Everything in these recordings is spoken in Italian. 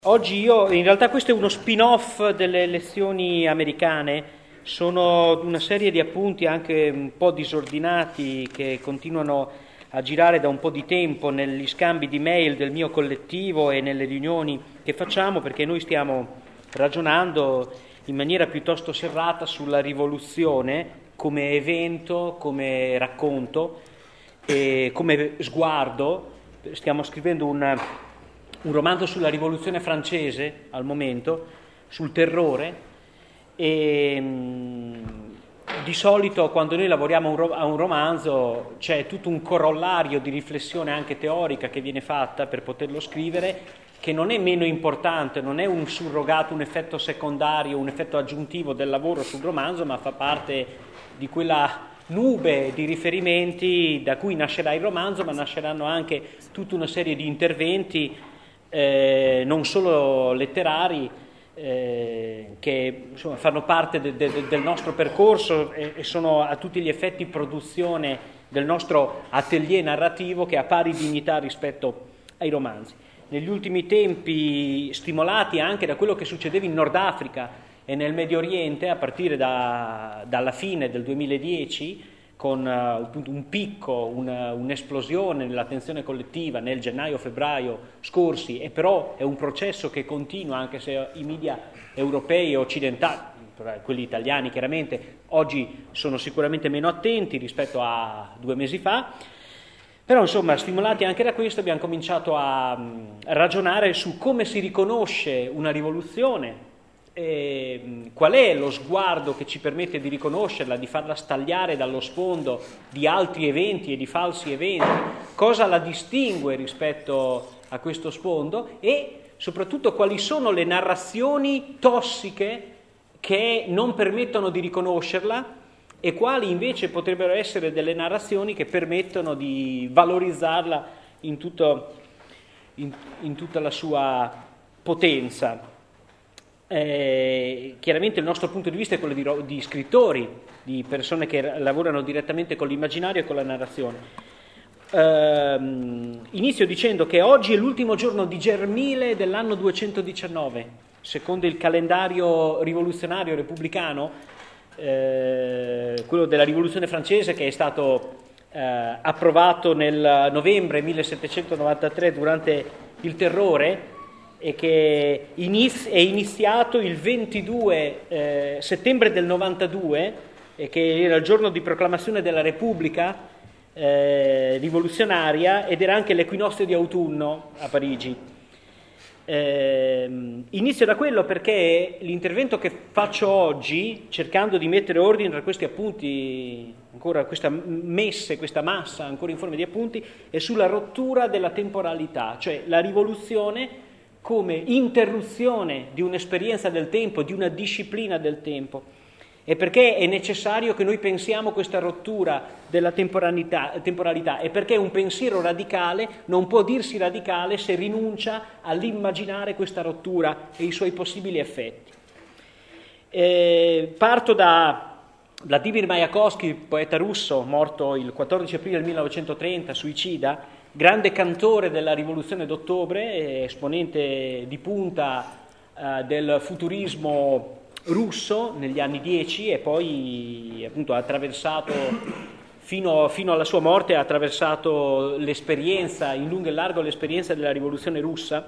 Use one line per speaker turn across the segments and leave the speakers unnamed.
Oggi in realtà questo è uno spin-off delle lezioni americane, sono una serie di appunti anche un po' disordinati che continuano a girare da un po' di tempo negli scambi di mail del mio collettivo e nelle riunioni che facciamo, perché noi stiamo ragionando in maniera piuttosto serrata sulla rivoluzione come evento, come racconto e come sguardo. Stiamo scrivendo un romanzo sulla rivoluzione francese al momento, sul terrore, e di solito quando noi lavoriamo a un romanzo c'è tutto un corollario di riflessione anche teorica che viene fatta per poterlo scrivere, che non è meno importante, non è un surrogato, un effetto secondario, un effetto aggiuntivo del lavoro sul romanzo, ma fa parte di quella nube di riferimenti da cui nascerà il romanzo, ma nasceranno anche tutta una serie di interventi non solo letterari, che insomma, fanno parte del nostro percorso e sono a tutti gli effetti produzione del nostro atelier narrativo, che ha pari dignità rispetto ai romanzi. Negli ultimi tempi, stimolati anche da quello che succedeva in Nord Africa e nel Medio Oriente, a partire dalla fine del 2010, con appunto un picco, un'esplosione nell'attenzione collettiva nel gennaio-febbraio scorsi, e però è un processo che continua, anche se i media europei e occidentali, quelli italiani chiaramente, oggi sono sicuramente meno attenti rispetto a 2 mesi fa, però insomma stimolati anche da questo abbiamo cominciato a ragionare su come si riconosce una rivoluzione, qual è lo sguardo che ci permette di riconoscerla, di farla stagliare dallo sfondo di altri eventi e di falsi eventi, cosa la distingue rispetto a questo sfondo e soprattutto quali sono le narrazioni tossiche che non permettono di riconoscerla e quali invece potrebbero essere delle narrazioni che permettono di valorizzarla in tutta la sua potenza. Chiaramente il nostro punto di vista è quello di scrittori, di persone che lavorano direttamente con l'immaginario e con la narrazione. Inizio dicendo che oggi è l'ultimo giorno di Germile dell'anno 219, secondo il calendario rivoluzionario repubblicano, quello della rivoluzione francese, che è stato approvato nel novembre 1793 durante il terrore, e che è iniziato il 22 settembre del 92, e che era il giorno di proclamazione della Repubblica rivoluzionaria, ed era anche l'equinozio di autunno a Parigi. Inizio da quello perché l'intervento che faccio oggi, cercando di mettere ordine tra questi appunti, ancora questa massa ancora in forma di appunti, è sulla rottura della temporalità, cioè la rivoluzione come interruzione di un'esperienza del tempo, di una disciplina del tempo, e perché è necessario che noi pensiamo questa rottura della temporalità, e perché un pensiero radicale non può dirsi radicale se rinuncia all'immaginare questa rottura e i suoi possibili effetti. Parto da Vladimir Majakovskij, poeta russo, morto il 14 aprile del 1930, suicida, grande cantore della rivoluzione d'ottobre, esponente di punta del futurismo russo negli anni 10, e poi appunto ha attraversato fino alla sua morte, ha attraversato l'esperienza, in lungo e largo l'esperienza della rivoluzione russa.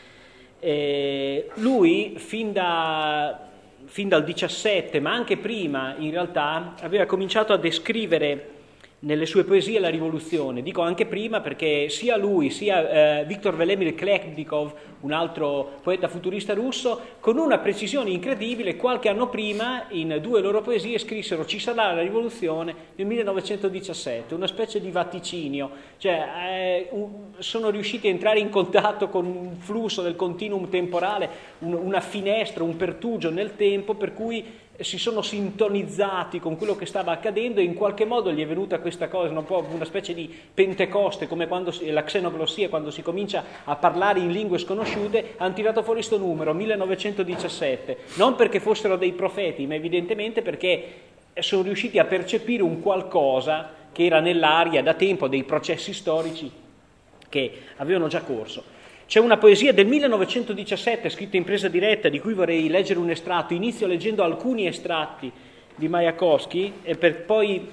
Lui fin dal 17, ma anche prima in realtà, aveva cominciato a descrivere nelle sue poesie la rivoluzione. Dico anche prima perché sia lui sia Viktor Velemir Khlebnikov, un altro poeta futurista russo, con una precisione incredibile, qualche anno prima in 2 loro poesie scrissero "Ci sarà la rivoluzione" nel 1917, una specie di vaticinio, cioè sono riusciti a entrare in contatto con un flusso del continuum temporale, una finestra, un pertugio nel tempo, per cui si sono sintonizzati con quello che stava accadendo, e in qualche modo gli è venuta questa cosa, un po' una specie di Pentecoste, come quando la xenoglossia, quando si comincia a parlare in lingue sconosciute. Hanno tirato fuori sto numero, 1917, non perché fossero dei profeti, ma evidentemente perché sono riusciti a percepire un qualcosa che era nell'aria da tempo, dei processi storici che avevano già corso. C'è una poesia del 1917 scritta in presa diretta, di cui vorrei leggere un estratto. Inizio leggendo alcuni estratti di Majakovskij e per poi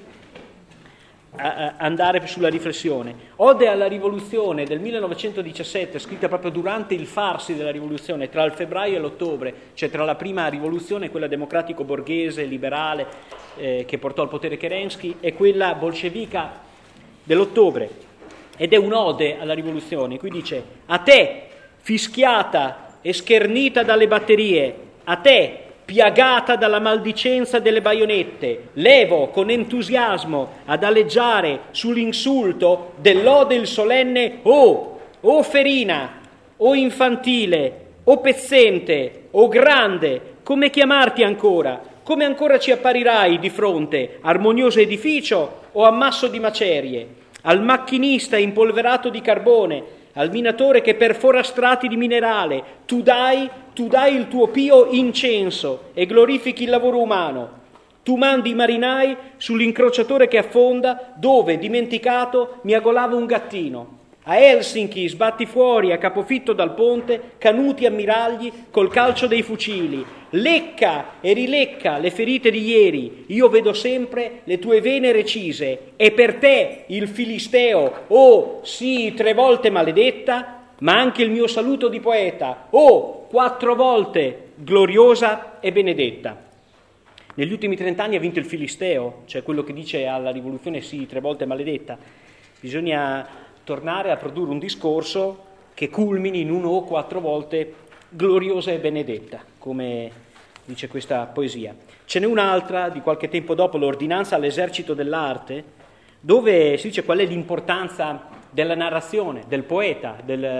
andare sulla riflessione. Ode alla rivoluzione del 1917, scritta proprio durante il farsi della rivoluzione, tra il febbraio e l'ottobre, cioè tra la prima rivoluzione, quella democratico-borghese, liberale, che portò al potere Kerensky, e quella bolscevica dell'ottobre. Ed è un'ode alla rivoluzione. Qui dice: a te, fischiata e schernita dalle batterie, a te, piagata dalla maldicenza delle baionette, levo con entusiasmo ad aleggiare sull'insulto dell'ode il solenne o ferina, o infantile, o pezzente, o grande, come chiamarti ancora? Come ancora ci apparirai di fronte, armonioso edificio o ammasso di macerie? Al macchinista impolverato di carbone, al minatore che perfora strati di minerale, tu dai il tuo pio incenso e glorifichi il lavoro umano. Tu mandi i marinai sull'incrociatore che affonda, dove, dimenticato, miagolava un gattino. A Helsinki sbatti fuori a capofitto dal ponte canuti ammiragli col calcio dei fucili. Lecca e rilecca le ferite di ieri, io vedo sempre le tue vene recise, e per te il filisteo, sì, 3 volte maledetta, ma anche il mio saluto di poeta, 4 volte gloriosa e benedetta. Negli ultimi 30 anni ha vinto il filisteo, cioè quello che dice alla rivoluzione sì, 3 volte maledetta. Bisogna tornare a produrre un discorso che culmini in 1 o 4 volte gloriosa e benedetta, come dice questa poesia. Ce n'è un'altra di qualche tempo dopo, l'ordinanza all'esercito dell'arte, dove si dice qual è l'importanza della narrazione, del poeta,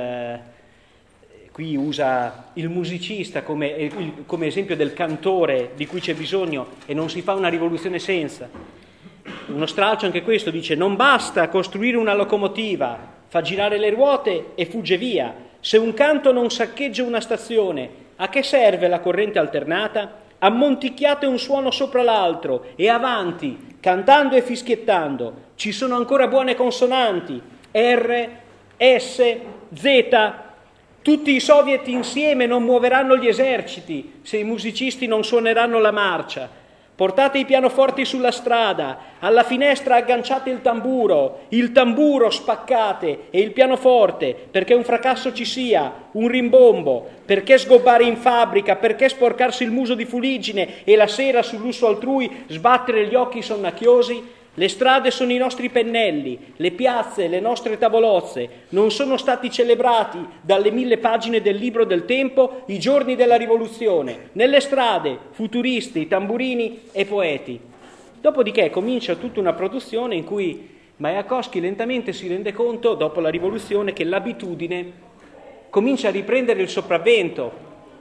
qui usa il musicista come esempio del cantore di cui c'è bisogno, e non si fa una rivoluzione senza. Uno stralcio anche questo, dice: non basta costruire una locomotiva, fa girare le ruote e fugge via. Se un canto non saccheggia una stazione, a che serve la corrente alternata? Ammonticchiate un suono sopra l'altro e avanti, cantando e fischiettando. Ci sono ancora buone consonanti, R, S, Z. Tutti i soviet insieme non muoveranno gli eserciti se i musicisti non suoneranno la marcia. Portate i pianoforti sulla strada, alla finestra agganciate il tamburo spaccate e il pianoforte, perché un fracasso ci sia, un rimbombo, perché sgobbare in fabbrica, perché sporcarsi il muso di fuliggine e la sera sul lusso altrui sbattere gli occhi sonnacchiosi. Le strade sono i nostri pennelli, le piazze, le nostre tavolozze. Non sono stati celebrati dalle 1000 pagine del libro del tempo i giorni della rivoluzione. Nelle strade, futuristi, tamburini e poeti. Dopodiché comincia tutta una produzione in cui Majakovskij lentamente si rende conto, dopo la rivoluzione, che l'abitudine comincia a riprendere il sopravvento.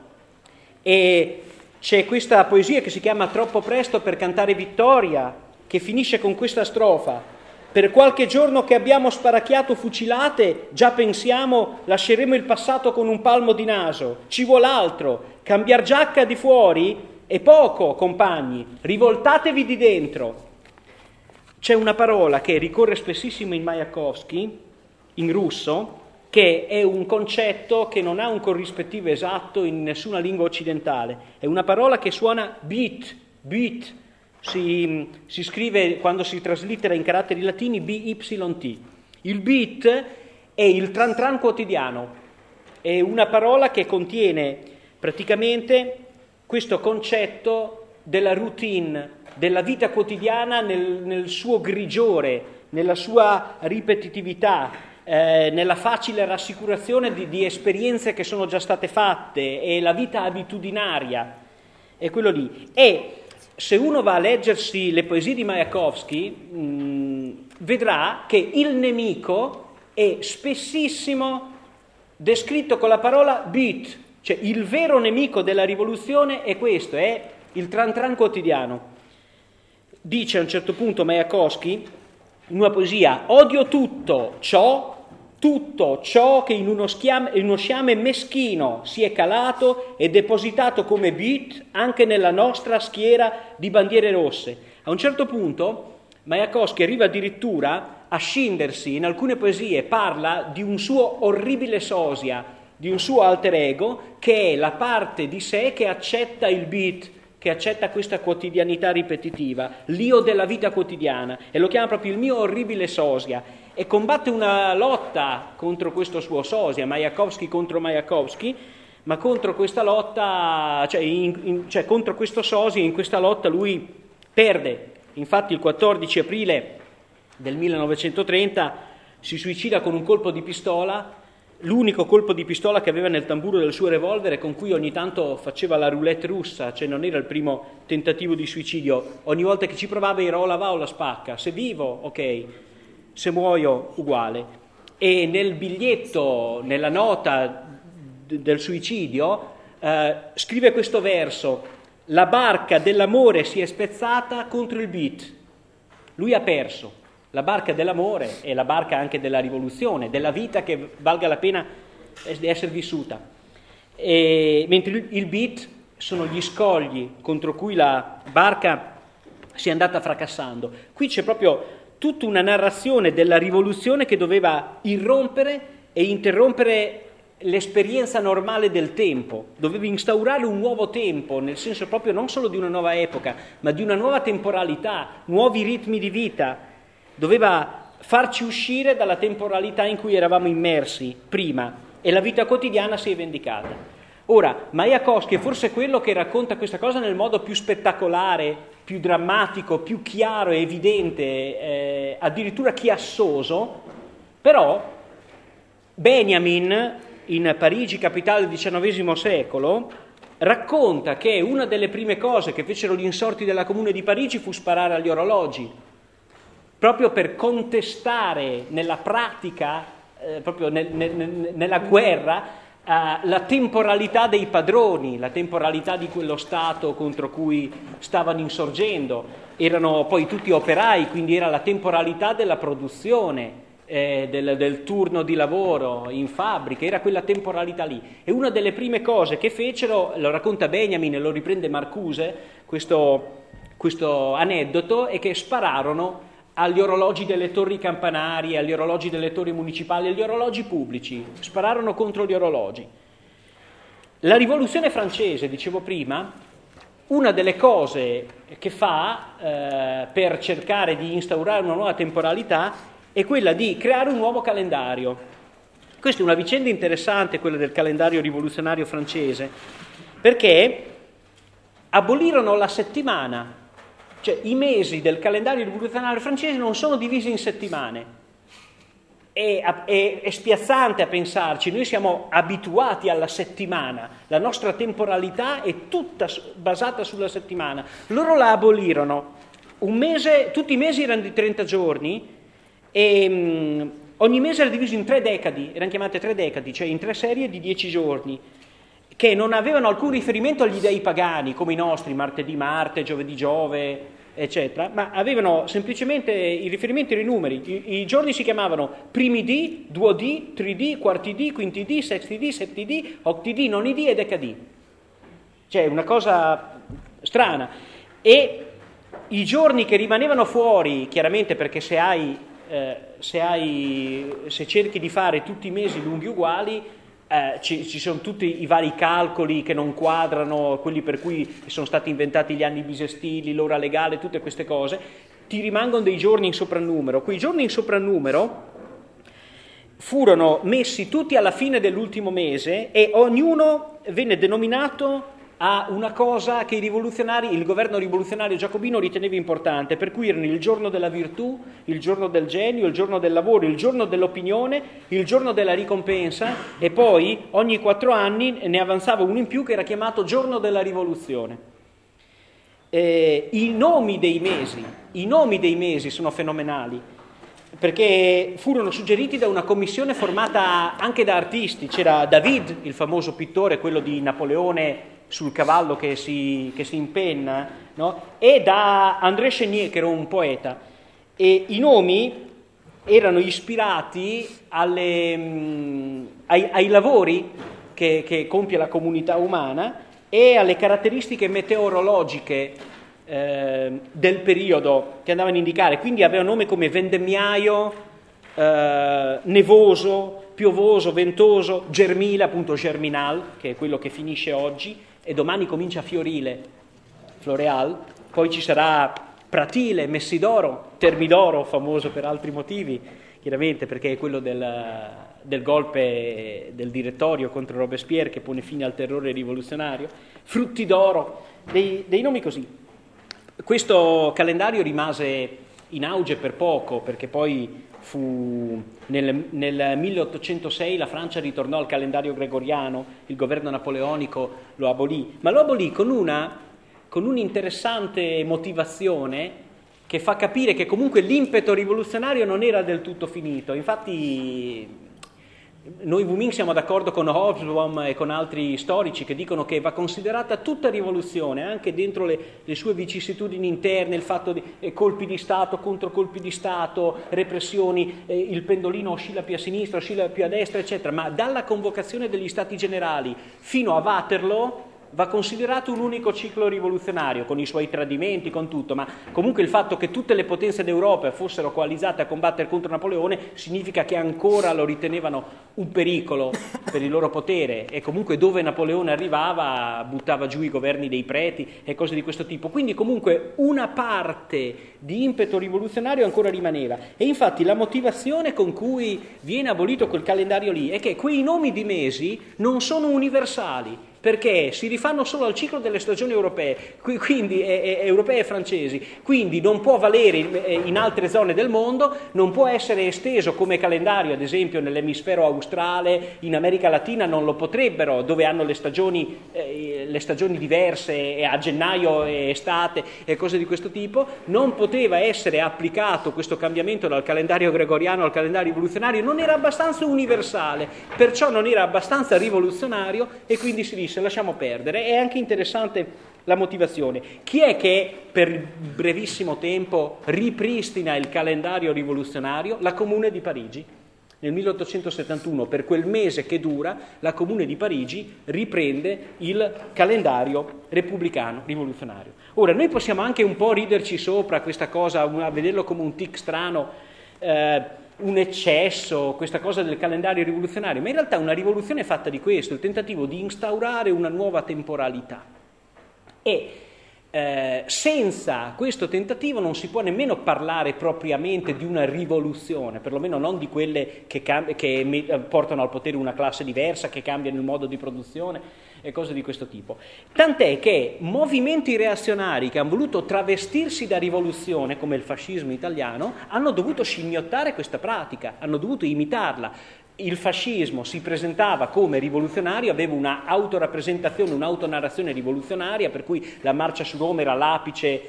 E c'è questa poesia che si chiama Troppo presto per cantare vittoria, che finisce con questa strofa: per qualche giorno che abbiamo sparacchiato fucilate, già pensiamo lasceremo il passato con un palmo di naso. Ci vuol altro, cambiar giacca di fuori è poco, compagni, rivoltatevi di dentro. C'è una parola che ricorre spessissimo in Majakovskij, in russo, che è un concetto che non ha un corrispettivo esatto in nessuna lingua occidentale. È una parola che suona beat. Si scrive, quando si traslittera in caratteri latini, BYT. Il beat è il tran tran quotidiano, è una parola che contiene praticamente questo concetto della routine, della vita quotidiana nel suo grigiore, nella sua ripetitività, nella facile rassicurazione di esperienze che sono già state fatte, e la vita abitudinaria, è quello lì. E se uno va a leggersi le poesie di Majakovskij, vedrà che il nemico è spessissimo descritto con la parola beat, cioè il vero nemico della rivoluzione è questo, è il tran tran quotidiano. Dice a un certo punto Majakovskij, in una poesia: odio tutto ciò che in uno sciame meschino si è calato e depositato come beat anche nella nostra schiera di bandiere rosse. A un certo punto Majakovskij arriva addirittura a scindersi, in alcune poesie parla di un suo orribile sosia, di un suo alter ego, che è la parte di sé che accetta il beat, che accetta questa quotidianità ripetitiva, l'io della vita quotidiana, e lo chiama proprio il mio orribile sosia, e combatte una lotta contro questo suo sosia, Majakovskij contro Majakovskij, ma contro questa lotta, cioè contro questo sosia, in questa lotta lui perde. Infatti il 14 aprile del 1930 si suicida con un colpo di pistola, l'unico colpo di pistola che aveva nel tamburo del suo revolver e con cui ogni tanto faceva la roulette russa, cioè non era il primo tentativo di suicidio, ogni volta che ci provava era o la va o la spacca, se vivo ok, se muoio uguale. E nel biglietto, nella nota del suicidio, scrive questo verso: la barca dell'amore si è spezzata contro il beat. Lui ha perso la barca dell'amore e la barca anche della rivoluzione, della vita che valga la pena di essere vissuta. Mentre il beat sono gli scogli contro cui la barca si è andata fracassando. Qui c'è proprio tutta una narrazione della rivoluzione che doveva irrompere e interrompere l'esperienza normale del tempo, doveva instaurare un nuovo tempo, nel senso proprio non solo di una nuova epoca, ma di una nuova temporalità, nuovi ritmi di vita, doveva farci uscire dalla temporalità in cui eravamo immersi prima, e la vita quotidiana si è vendicata. Ora, Majakovskij è forse quello che racconta questa cosa nel modo più spettacolare, più drammatico, più chiaro e evidente, addirittura chiassoso, però Benjamin, in Parigi, capitale del XIX secolo, racconta che una delle prime cose che fecero gli insorti della Comune di Parigi fu sparare agli orologi, proprio per contestare nella pratica, proprio nella guerra, la temporalità dei padroni, la temporalità di quello Stato contro cui stavano insorgendo. Erano poi tutti operai, quindi era la temporalità della produzione, del turno di lavoro in fabbrica, era quella temporalità lì. E una delle prime cose che fecero, lo racconta Benjamin e lo riprende Marcuse, questo aneddoto, è che spararono agli orologi delle torri campanarie, agli orologi delle torri municipali, agli orologi pubblici, spararono contro gli orologi. La rivoluzione francese, dicevo prima, una delle cose che fa per cercare di instaurare una nuova temporalità è quella di creare un nuovo calendario. Questa è una vicenda interessante, quella del calendario rivoluzionario francese, perché abolirono la settimana, cioè i mesi del calendario rivoluzionario francese non sono divisi in settimane. È spiazzante a pensarci, noi siamo abituati alla settimana, la nostra temporalità è tutta basata sulla settimana. Loro la abolirono, un mese, tutti i mesi erano di 30 giorni, e ogni mese era diviso in 3 decadi, erano chiamate 3 decadi, cioè in 3 serie di 10 giorni, che non avevano alcun riferimento agli dei pagani, come i nostri, martedì Marte, giovedì Giove, eccetera, ma avevano semplicemente i riferimenti ai numeri. I giorni si chiamavano primi D, duodì, tridì, quartidì, quintidì, sestidì, settidì, ottidì, nonidì e decadì. Cioè una cosa strana. E i giorni che rimanevano fuori, chiaramente perché se cerchi di fare tutti i mesi lunghi uguali, ci sono tutti i vari calcoli che non quadrano, quelli per cui sono stati inventati gli anni bisestili, l'ora legale, tutte queste cose, ti rimangono dei giorni in soprannumero. Quei giorni in soprannumero furono messi tutti alla fine dell'ultimo mese e ognuno venne denominato a una cosa che il governo rivoluzionario giacobino riteneva importante, per cui erano il giorno della virtù, il giorno del genio, il giorno del lavoro, il giorno dell'opinione, il giorno della ricompensa, e poi ogni 4 anni ne avanzava uno in più che era chiamato giorno della rivoluzione. I nomi dei mesi sono fenomenali, perché furono suggeriti da una commissione formata anche da artisti. C'era David, il famoso pittore, quello di Napoleone sul cavallo che si impenna, no? E da André Chénier, che era un poeta. E i nomi erano ispirati ai lavori che compie la comunità umana e alle caratteristiche meteorologiche del periodo che andavano a indicare. Quindi aveva nome come vendemmiaio, nevoso, piovoso, ventoso, germile, appunto germinal, che è quello che finisce oggi, e domani comincia fiorile, floreal, poi ci sarà pratile, messidoro, termidoro, famoso per altri motivi, chiaramente perché è quello del golpe del direttorio contro Robespierre che pone fine al terrore rivoluzionario, fruttidoro, dei nomi così. Questo calendario rimase in auge per poco, perché poi nel 1806 la Francia ritornò al calendario gregoriano, il governo napoleonico lo abolì, ma lo abolì con un'interessante motivazione che fa capire che comunque l'impeto rivoluzionario non era del tutto finito. Infatti noi Wuming siamo d'accordo con Hobsbawm e con altri storici che dicono che va considerata tutta rivoluzione, anche dentro le sue vicissitudini interne, il fatto di colpi di Stato contro colpi di Stato, repressioni, il pendolino oscilla più a sinistra, oscilla più a destra, eccetera, ma dalla convocazione degli Stati Generali fino a Waterloo va considerato un unico ciclo rivoluzionario, con i suoi tradimenti, con tutto, ma comunque il fatto che tutte le potenze d'Europa fossero coalizzate a combattere contro Napoleone significa che ancora lo ritenevano un pericolo per il loro potere, e comunque dove Napoleone arrivava buttava giù i governi dei preti e cose di questo tipo. Quindi comunque una parte di impeto rivoluzionario ancora rimaneva, e infatti la motivazione con cui viene abolito quel calendario lì è che quei nomi di mesi non sono universali, perché si rifanno solo al ciclo delle stagioni europee, quindi europee e francesi, quindi non può valere in altre zone del mondo, non può essere esteso come calendario, ad esempio nell'emisfero australe, in America Latina non lo potrebbero, dove hanno le stagioni diverse, a gennaio e estate e cose di questo tipo. Non poteva essere applicato questo cambiamento dal calendario gregoriano al calendario rivoluzionario, non era abbastanza universale, perciò non era abbastanza rivoluzionario, e quindi si disse lasciamo perdere. È anche interessante la motivazione. Chi è che per brevissimo tempo ripristina il calendario rivoluzionario? La Comune di Parigi. Nel 1871, per quel mese che dura, la Comune di Parigi riprende il calendario repubblicano rivoluzionario. Ora, noi possiamo anche un po' riderci sopra questa cosa, a vederlo come un tic strano, un eccesso, questa cosa del calendario rivoluzionario, ma in realtà una rivoluzione è fatta di questo, il tentativo di instaurare una nuova temporalità. E senza questo tentativo non si può nemmeno parlare propriamente di una rivoluzione, perlomeno non di quelle che portano al potere una classe diversa, che cambiano il modo di produzione e cose di questo tipo. Tant'è che movimenti reazionari che hanno voluto travestirsi da rivoluzione, come il fascismo italiano, hanno dovuto scimmiottare questa pratica, hanno dovuto imitarla. Il fascismo si presentava come rivoluzionario, aveva una autorappresentazione, un'autonarrazione rivoluzionaria, per cui la marcia su Roma era l'apice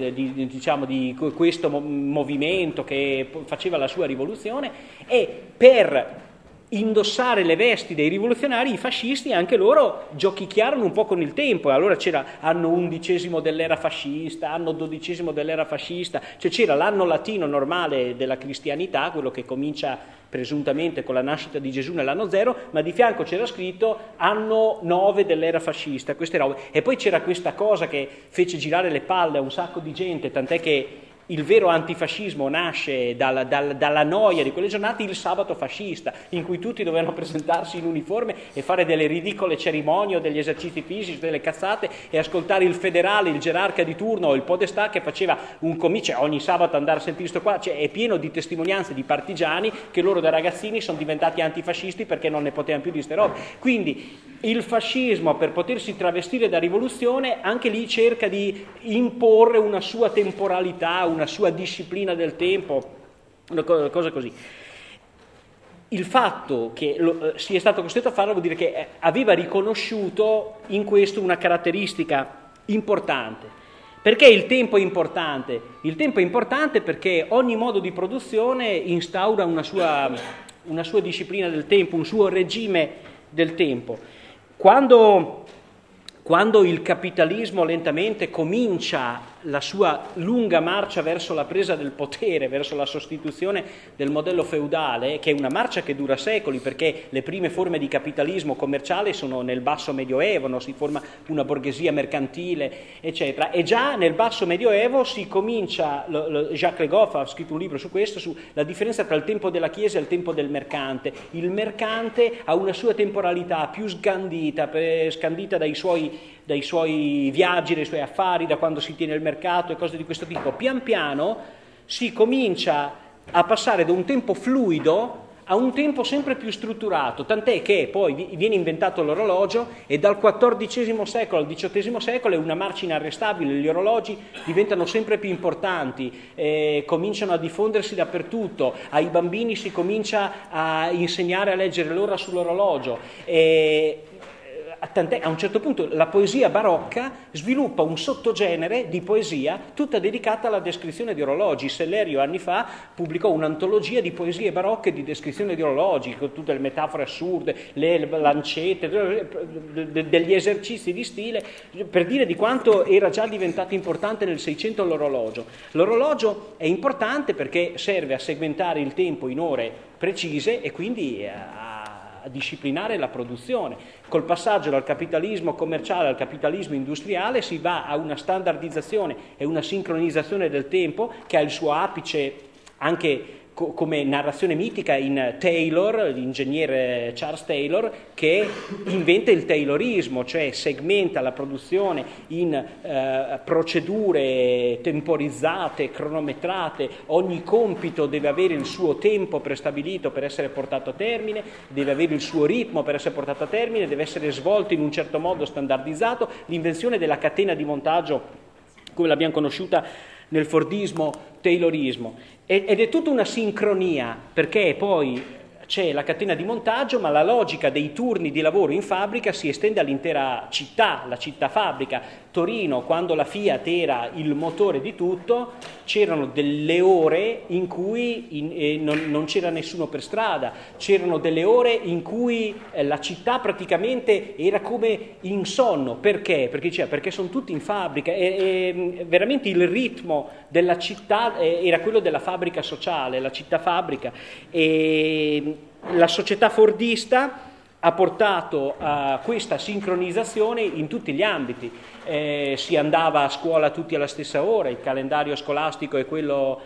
di questo movimento che faceva la sua rivoluzione, e per indossare le vesti dei rivoluzionari i fascisti anche loro giochicchiarono un po' con il tempo, e allora c'era anno 11 dell'era fascista, anno 12 dell'era fascista, cioè c'era l'anno latino normale della cristianità, quello che comincia presuntamente con la nascita di Gesù nell'anno 0, ma di fianco c'era scritto anno 9 dell'era fascista, queste robe. E poi c'era questa cosa che fece girare le palle a un sacco di gente, tant'è che il vero antifascismo nasce dalla noia di quelle giornate, il sabato fascista, in cui tutti dovevano presentarsi in uniforme e fare delle ridicole cerimonie o degli esercizi fisici, delle cazzate, e ascoltare il federale, il gerarca di turno o il podestà che faceva un comizio, ogni sabato andare a sentire sto qua, cioè è pieno di testimonianze di partigiani che loro da ragazzini sono diventati antifascisti perché non ne potevano più di ste robe. Quindi il fascismo, per potersi travestire da rivoluzione, anche lì cerca di imporre una sua temporalità, una sua disciplina del tempo, una cosa così. Il fatto che sia stato costretto a farlo vuol dire che aveva riconosciuto in questo una caratteristica importante. Perché il tempo è importante? Il tempo è importante perché ogni modo di produzione instaura una sua disciplina del tempo, un suo regime del tempo. Quando il capitalismo lentamente comincia la sua lunga marcia verso la presa del potere, verso la sostituzione del modello feudale, che è una marcia che dura secoli, perché le prime forme di capitalismo commerciale sono nel basso medioevo, no? Si forma una borghesia mercantile, eccetera, e già nel basso medioevo si comincia, Jacques Le Goff ha scritto un libro su questo, sulla differenza tra il tempo della Chiesa e il tempo del mercante. Il mercante ha una sua temporalità più scandita dai suoi viaggi, dai suoi affari, da quando si tiene il mercato e cose di questo tipo. Pian piano si comincia a passare da un tempo fluido a un tempo sempre più strutturato, tant'è che poi viene inventato l'orologio e dal XIV secolo al XVIII secolo è una marcia inarrestabile, gli orologi diventano sempre più importanti, cominciano a diffondersi dappertutto, ai bambini si comincia a insegnare a leggere l'ora sull'orologio, tant'è, a un certo punto la poesia barocca sviluppa un sottogenere di poesia tutta dedicata alla descrizione di orologi. Sellerio anni fa pubblicò un'antologia di poesie barocche di descrizione di orologi, con tutte le metafore assurde, le lancette, degli esercizi di stile, per dire di quanto era già diventato importante nel Seicento l'orologio. L'orologio è importante perché serve a segmentare il tempo in ore precise e quindi a disciplinare la produzione. Col passaggio dal capitalismo commerciale al capitalismo industriale si va a una standardizzazione e una sincronizzazione del tempo che ha il suo apice anche come narrazione mitica in Taylor, l'ingegnere Charles Taylor, che inventa il Taylorismo, cioè segmenta la produzione in procedure temporizzate, cronometrate, ogni compito deve avere il suo tempo prestabilito per essere portato a termine, deve avere il suo ritmo per essere portato a termine, deve essere svolto in un certo modo standardizzato. L'invenzione della catena di montaggio, come l'abbiamo conosciuta nel Fordismo, Taylorismo, ed è tutta una sincronia, perché poi c'è la catena di montaggio, ma la logica dei turni di lavoro in fabbrica si estende all'intera città, la città fabbrica. Torino, quando la Fiat era il motore di tutto, c'erano delle ore in cui non c'era nessuno per strada, c'erano delle ore in cui la città praticamente era come in sonno. Perché? Perché sono tutti in fabbrica e veramente il ritmo della città era quello della fabbrica sociale, la città fabbrica. E la società fordista ha portato a questa sincronizzazione in tutti gli ambiti. Si andava a scuola tutti alla stessa ora, il calendario scolastico è quello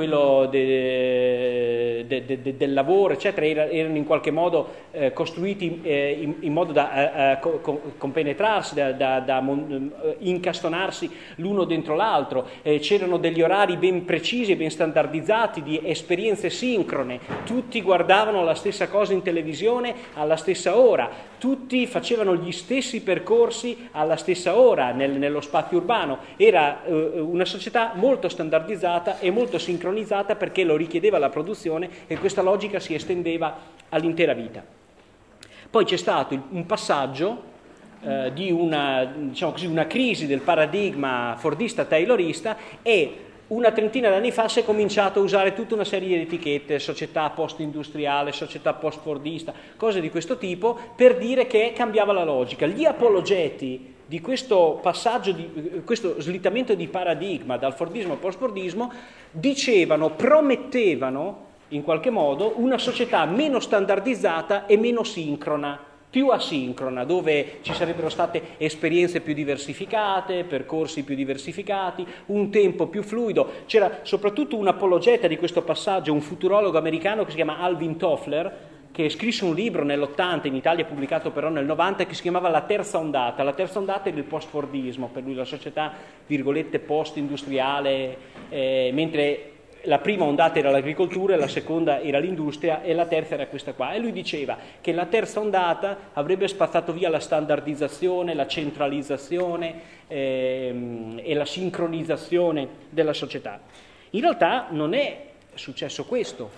del lavoro, eccetera, erano in qualche modo costruiti in modo da compenetrarsi, da incastonarsi l'uno dentro l'altro. C'erano degli orari ben precisi e ben standardizzati di esperienze sincrone, tutti guardavano la stessa cosa in televisione alla stessa ora, tutti facevano gli stessi percorsi alla stessa ora nello spazio urbano. Era una società molto standardizzata e molto sincronizzata perché lo richiedeva la produzione e questa logica si estendeva all'intera vita. Poi c'è stato un passaggio di una crisi del paradigma fordista-taylorista e una trentina d'anni fa si è cominciato a usare tutta una serie di etichette, società post-industriale, società post-fordista, cose di questo tipo, per dire che cambiava la logica. Gli apologeti di questo passaggio, di questo slittamento di paradigma dal fordismo al post-fordismo, promettevano in qualche modo una società meno standardizzata e meno sincrona, più asincrona, dove ci sarebbero state esperienze più diversificate, percorsi più diversificati, un tempo più fluido. C'era soprattutto un apologeta di questo passaggio, un futurologo americano che si chiama Alvin Toffler, che scrisse un libro nell'80, in Italia pubblicato però nel 90, che si chiamava La terza ondata. La terza ondata era il post-fordismo, per lui la società, virgolette, post-industriale, mentre la prima ondata era l'agricoltura, la seconda era l'industria e la terza era questa qua. E lui diceva che la terza ondata avrebbe spazzato via la standardizzazione, la centralizzazione e la sincronizzazione della società. In realtà non è successo questo,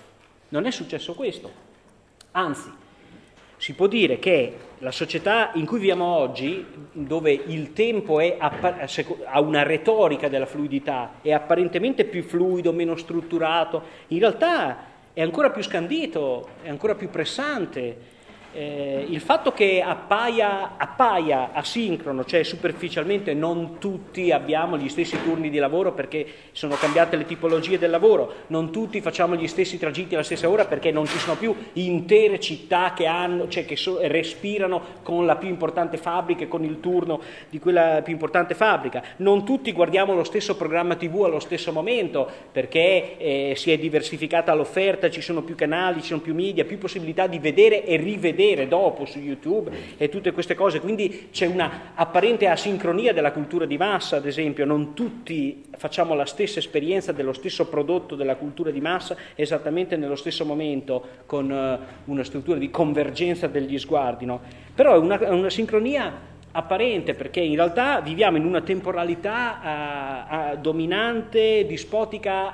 anzi si può dire che la società in cui viviamo oggi, dove il tempo ha una retorica della fluidità, è apparentemente più fluido, meno strutturato, in realtà è ancora più scandito, è ancora più pressante. Il fatto che appaia asincrono, cioè superficialmente non tutti abbiamo gli stessi turni di lavoro perché sono cambiate le tipologie del lavoro, non tutti facciamo gli stessi tragitti alla stessa ora perché non ci sono più intere città che hanno, cioè che respirano con la più importante fabbrica e con il turno di quella più importante fabbrica, non tutti guardiamo lo stesso programma TV allo stesso momento perché si è diversificata l'offerta, ci sono più canali, ci sono più media, più possibilità di vedere e rivedere dopo su YouTube e tutte queste cose, quindi c'è una apparente asincronia della cultura di massa, ad esempio, non tutti facciamo la stessa esperienza dello stesso prodotto della cultura di massa esattamente nello stesso momento con una struttura di convergenza degli sguardi, no? Però è una sincronia apparente perché in realtà viviamo in una temporalità dominante, dispotica,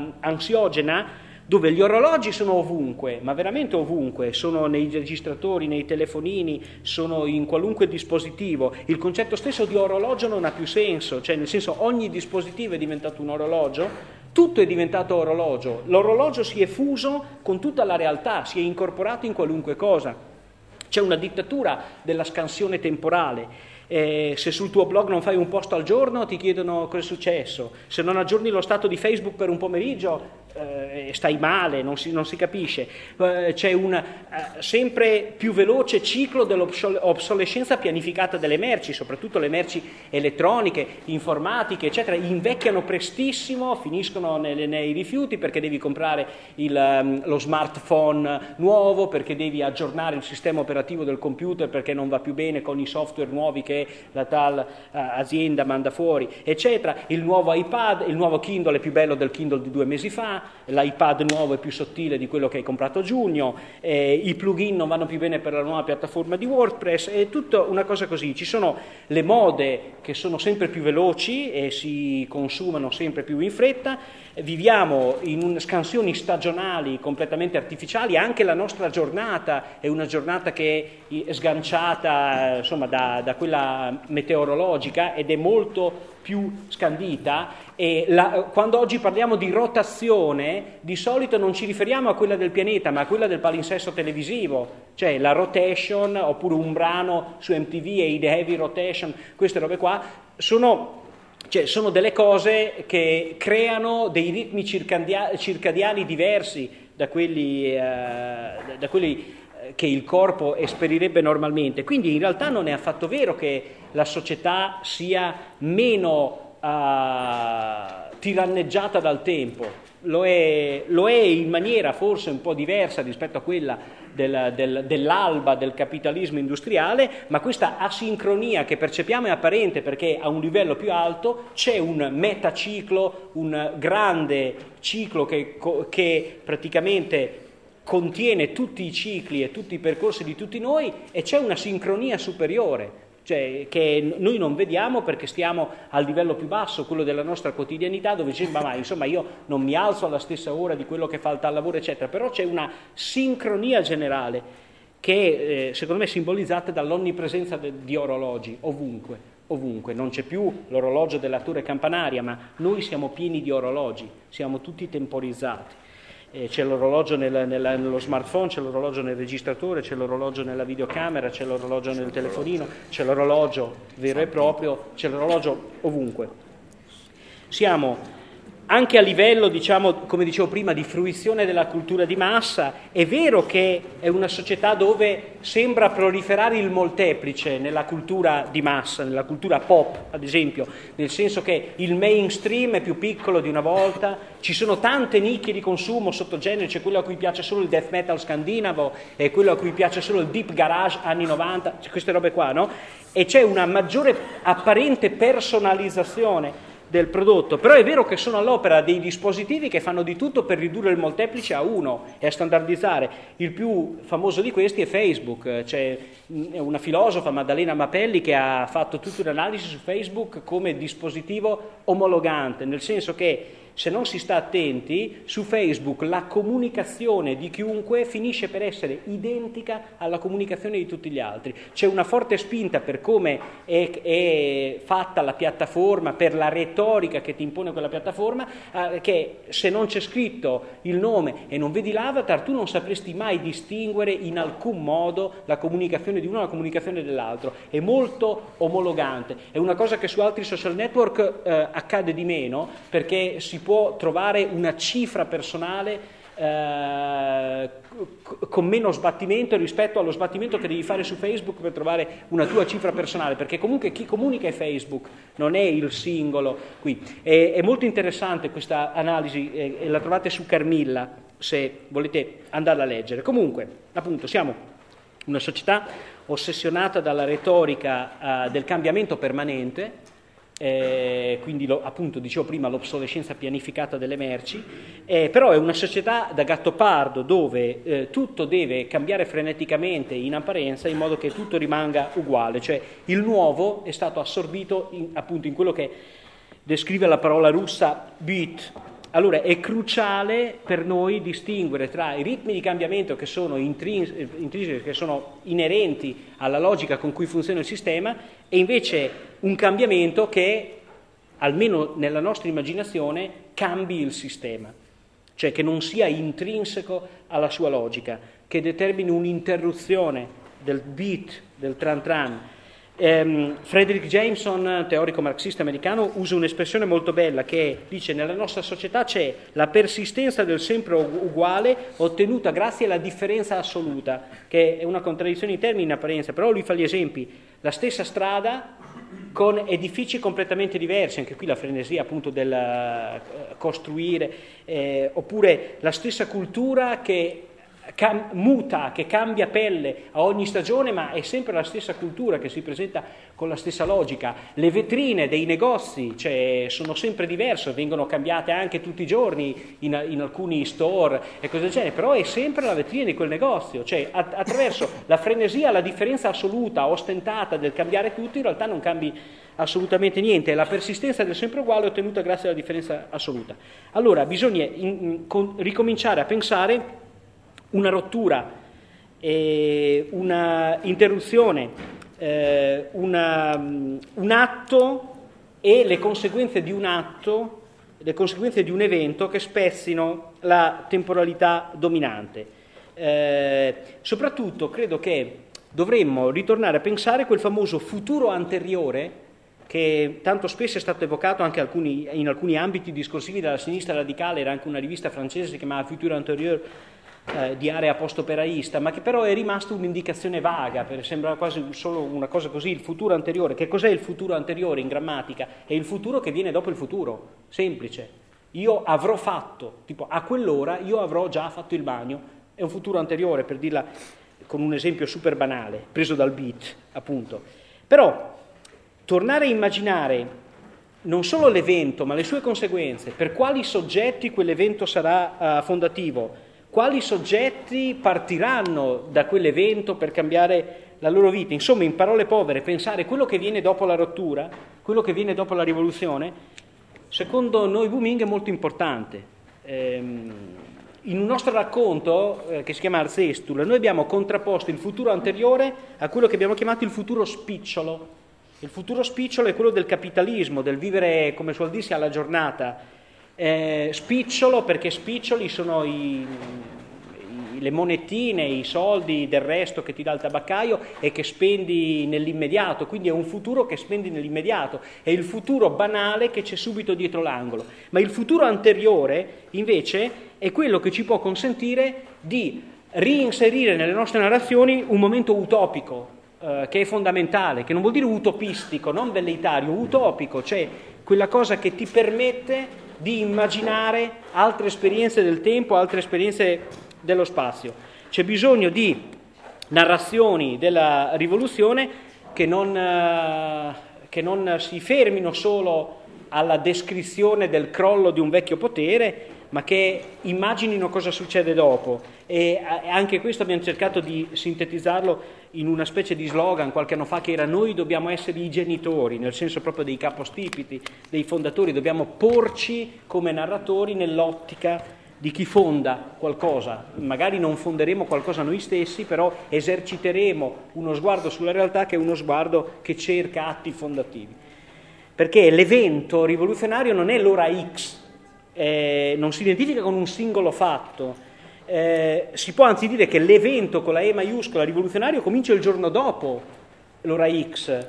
ansiogena, dove gli orologi sono ovunque, ma veramente ovunque, sono nei registratori, nei telefonini, sono in qualunque dispositivo. Il concetto stesso di orologio non ha più senso, cioè nel senso ogni dispositivo è diventato un orologio, tutto è diventato orologio, l'orologio si è fuso con tutta la realtà, si è incorporato in qualunque cosa. C'è una dittatura della scansione temporale. Se sul tuo blog non fai un post al giorno ti chiedono cosa è successo, se non aggiorni lo stato di Facebook per un pomeriggio stai male, non si capisce. C'è un sempre più veloce ciclo dell'obsolescenza pianificata delle merci, soprattutto le merci elettroniche, informatiche, eccetera, invecchiano prestissimo, finiscono nei rifiuti perché devi comprare lo smartphone nuovo, perché devi aggiornare il sistema operativo del computer perché non va più bene con i software nuovi che la tal azienda manda fuori, eccetera. Il nuovo iPad, il nuovo Kindle è più bello del Kindle di 2 mesi fa, l'iPad nuovo è più sottile di quello che hai comprato a giugno, i plugin non vanno più bene per la nuova piattaforma di WordPress, è tutta una cosa così. Ci sono le mode che sono sempre più veloci e si consumano sempre più in fretta, viviamo in scansioni stagionali completamente artificiali, anche la nostra giornata è una giornata che è sganciata insomma, da quella meteorologica ed è molto più scandita e quando oggi parliamo di rotazione di solito non ci riferiamo a quella del pianeta ma a quella del palinsesto televisivo, cioè la rotation oppure un brano su MTV e i The Heavy Rotation, queste robe qua sono delle cose che creano dei ritmi circadiani diversi da quelli che il corpo esperirebbe normalmente. Quindi in realtà non è affatto vero che la società sia meno tiranneggiata dal tempo. Lo è in maniera forse un po' diversa rispetto a quella dell'alba del capitalismo industriale, ma questa asincronia che percepiamo è apparente perché a un livello più alto c'è un metaciclo, un grande ciclo che praticamente contiene tutti i cicli e tutti i percorsi di tutti noi e c'è una sincronia superiore, cioè che noi non vediamo perché stiamo al livello più basso, quello della nostra quotidianità, dove diciamo ma insomma io non mi alzo alla stessa ora di quello che fa il tal lavoro eccetera, però c'è una sincronia generale che secondo me è simbolizzata dall'onnipresenza di orologi ovunque, non c'è più l'orologio della torre campanaria, ma noi siamo pieni di orologi, siamo tutti temporizzati. C'è l'orologio nello smartphone, c'è l'orologio nel registratore, c'è l'orologio nella videocamera, c'è l'orologio nel telefonino, c'è l'orologio vero e proprio, c'è l'orologio ovunque. Siamo anche a livello, diciamo, come dicevo prima, di fruizione della cultura di massa. È vero che è una società dove sembra proliferare il molteplice nella cultura di massa, nella cultura pop, ad esempio, nel senso che il mainstream è più piccolo di una volta, ci sono tante nicchie di consumo, sottogeneri, c'è quello a cui piace solo il death metal scandinavo e quello a cui piace solo il deep garage anni 90, queste robe qua, no? E c'è una maggiore apparente personalizzazione del prodotto, però è vero che sono all'opera dei dispositivi che fanno di tutto per ridurre il molteplice a 1 e a standardizzare. Il più famoso di questi è Facebook. C'è una filosofa, Maddalena Mapelli, che ha fatto tutta un'analisi su Facebook come dispositivo omologante, nel senso che se non si sta attenti, su Facebook la comunicazione di chiunque finisce per essere identica alla comunicazione di tutti gli altri. C'è una forte spinta per come è fatta la piattaforma, per la retorica che ti impone quella piattaforma, che se non c'è scritto il nome e non vedi l'avatar, tu non sapresti mai distinguere in alcun modo la comunicazione di uno dalla comunicazione dell'altro. È molto omologante. È una cosa che su altri social network accade di meno, perché si può trovare una cifra personale con meno sbattimento rispetto allo sbattimento che devi fare su Facebook per trovare una tua cifra personale, perché comunque chi comunica è Facebook, non è il singolo qui. È molto interessante questa analisi, e la trovate su Carmilla se volete andarla a leggere. Comunque, appunto, siamo una società ossessionata dalla retorica del cambiamento permanente, quindi appunto dicevo prima l'obsolescenza pianificata delle merci, però è una società da Gattopardo dove tutto deve cambiare freneticamente in apparenza in modo che tutto rimanga uguale, cioè il nuovo è stato assorbito appunto in quello che descrive la parola russa beat. Allora è cruciale per noi distinguere tra i ritmi di cambiamento che sono intrinseci, che sono inerenti alla logica con cui funziona il sistema, e invece un cambiamento che, almeno nella nostra immaginazione, cambi il sistema, cioè che non sia intrinseco alla sua logica, che determini un'interruzione del beat, del tran tran. Frederick Jameson, teorico marxista americano, usa un'espressione molto bella che dice: nella nostra società c'è la persistenza del sempre uguale ottenuta grazie alla differenza assoluta, che è una contraddizione in termini in apparenza, però lui fa gli esempi: la stessa strada con edifici completamente diversi, anche qui la frenesia appunto del costruire, oppure la stessa cultura che muta, che cambia pelle a ogni stagione, ma è sempre la stessa cultura che si presenta con la stessa logica. Le vetrine dei negozi, cioè, sono sempre diverse, vengono cambiate anche tutti i giorni in alcuni store e cose del genere, però è sempre la vetrina di quel negozio, cioè attraverso la frenesia, la differenza assoluta, ostentata del cambiare tutto, in realtà non cambi assolutamente niente, è la persistenza del sempre uguale ottenuta grazie alla differenza assoluta. Allora bisogna ricominciare a pensare una rottura, una interruzione, un atto e le conseguenze di un atto, le conseguenze di un evento che spezzino la temporalità dominante. Soprattutto credo che dovremmo ritornare a pensare quel famoso futuro anteriore che tanto spesso è stato evocato anche in alcuni ambiti discorsivi dalla sinistra radicale. Era anche una rivista francese che si chiamava Futur Antérieur, di area post-operaista, ma che però è rimasta un'indicazione vaga, sembra quasi solo una cosa così, il futuro anteriore. Che cos'è il futuro anteriore in grammatica? È il futuro che viene dopo il futuro, semplice. Io avrò fatto, tipo a quell'ora io avrò già fatto il bagno, è un futuro anteriore, per dirla con un esempio super banale, preso dal beat, appunto. Però tornare a immaginare non solo l'evento, ma le sue conseguenze, per quali soggetti quell'evento sarà fondativo, quali soggetti partiranno da quell'evento per cambiare la loro vita. Insomma, in parole povere, pensare quello che viene dopo la rottura, quello che viene dopo la rivoluzione, secondo noi Booming è molto importante. In un nostro racconto, che si chiama Arzestul, noi abbiamo contrapposto il futuro anteriore a quello che abbiamo chiamato il futuro spicciolo. Il futuro spicciolo è quello del capitalismo, del vivere, come suol dirsi, alla giornata. Spicciolo perché spiccioli sono le monetine, i soldi del resto che ti dà il tabaccaio e che spendi nell'immediato, quindi è un futuro che spendi nell'immediato, è il futuro banale che c'è subito dietro l'angolo. Ma il futuro anteriore invece è quello che ci può consentire di reinserire nelle nostre narrazioni un momento utopico, che è fondamentale, che non vuol dire utopistico, non velleitario, utopico, cioè quella cosa che ti permette di immaginare altre esperienze del tempo, altre esperienze dello spazio. C'è bisogno di narrazioni della rivoluzione che non si fermino solo alla descrizione del crollo di un vecchio potere, ma che immaginino cosa succede dopo. E anche questo abbiamo cercato di sintetizzarlo in una specie di slogan qualche anno fa che era noi dobbiamo essere i genitori, nel senso proprio dei capostipiti, dei fondatori, dobbiamo porci come narratori nell'ottica di chi fonda qualcosa. Magari non fonderemo qualcosa noi stessi, però eserciteremo uno sguardo sulla realtà che è uno sguardo che cerca atti fondativi. Perché l'evento rivoluzionario non è l'ora X, non si identifica con un singolo fatto. Si può anzi dire che l'evento con la E maiuscola rivoluzionario comincia il giorno dopo l'ora X.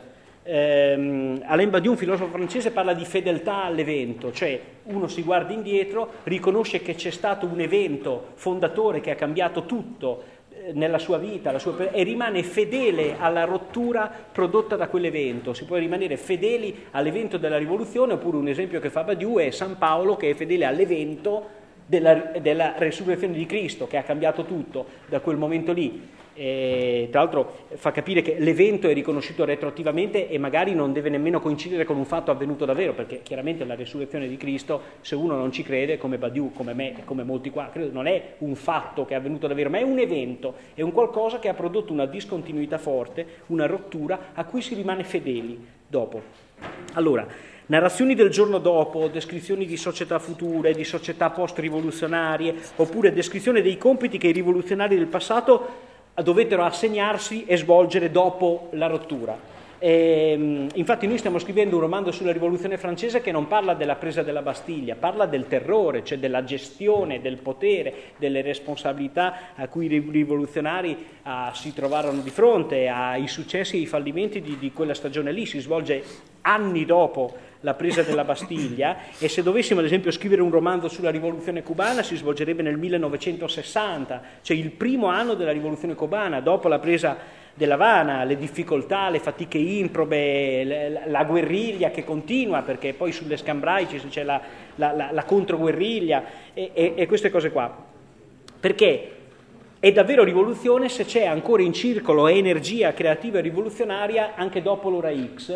Alain Badiou, un filosofo francese, parla di fedeltà all'evento, cioè uno si guarda indietro, riconosce che c'è stato un evento fondatore che ha cambiato tutto nella sua vita, e rimane fedele alla rottura prodotta da quell'evento. Si può rimanere fedeli all'evento della rivoluzione, oppure un esempio che fa Badiou è San Paolo, che è fedele all'evento della resurrezione di Cristo, che ha cambiato tutto da quel momento lì. Tra l'altro fa capire che l'evento è riconosciuto retroattivamente e magari non deve nemmeno coincidere con un fatto avvenuto davvero, perché chiaramente la resurrezione di Cristo, se uno non ci crede, come Badiou, come me e come molti qua, credo, non è un fatto che è avvenuto davvero, ma è un evento, è un qualcosa che ha prodotto una discontinuità forte, una rottura a cui si rimane fedeli dopo. Allora, narrazioni del giorno dopo, descrizioni di società future, di società post-rivoluzionarie, oppure descrizione dei compiti che i rivoluzionari del passato dovettero assegnarsi e svolgere dopo la rottura. Infatti noi stiamo scrivendo un romanzo sulla rivoluzione francese che non parla della presa della Bastiglia, parla del terrore, cioè della gestione del potere, delle responsabilità a cui i rivoluzionari si trovarono di fronte, ai successi e ai fallimenti di quella stagione lì. Si svolge anni dopo la presa della Bastiglia, e se dovessimo ad esempio scrivere un romanzo sulla rivoluzione cubana si svolgerebbe nel 1960, cioè il primo anno della rivoluzione cubana, dopo la presa dell'Havana, le difficoltà, le fatiche improbe, la guerriglia che continua, perché poi sulle Scambraici c'è la controguerriglia e queste cose qua. Perché è davvero rivoluzione se c'è ancora in circolo energia creativa e rivoluzionaria anche dopo l'ora X,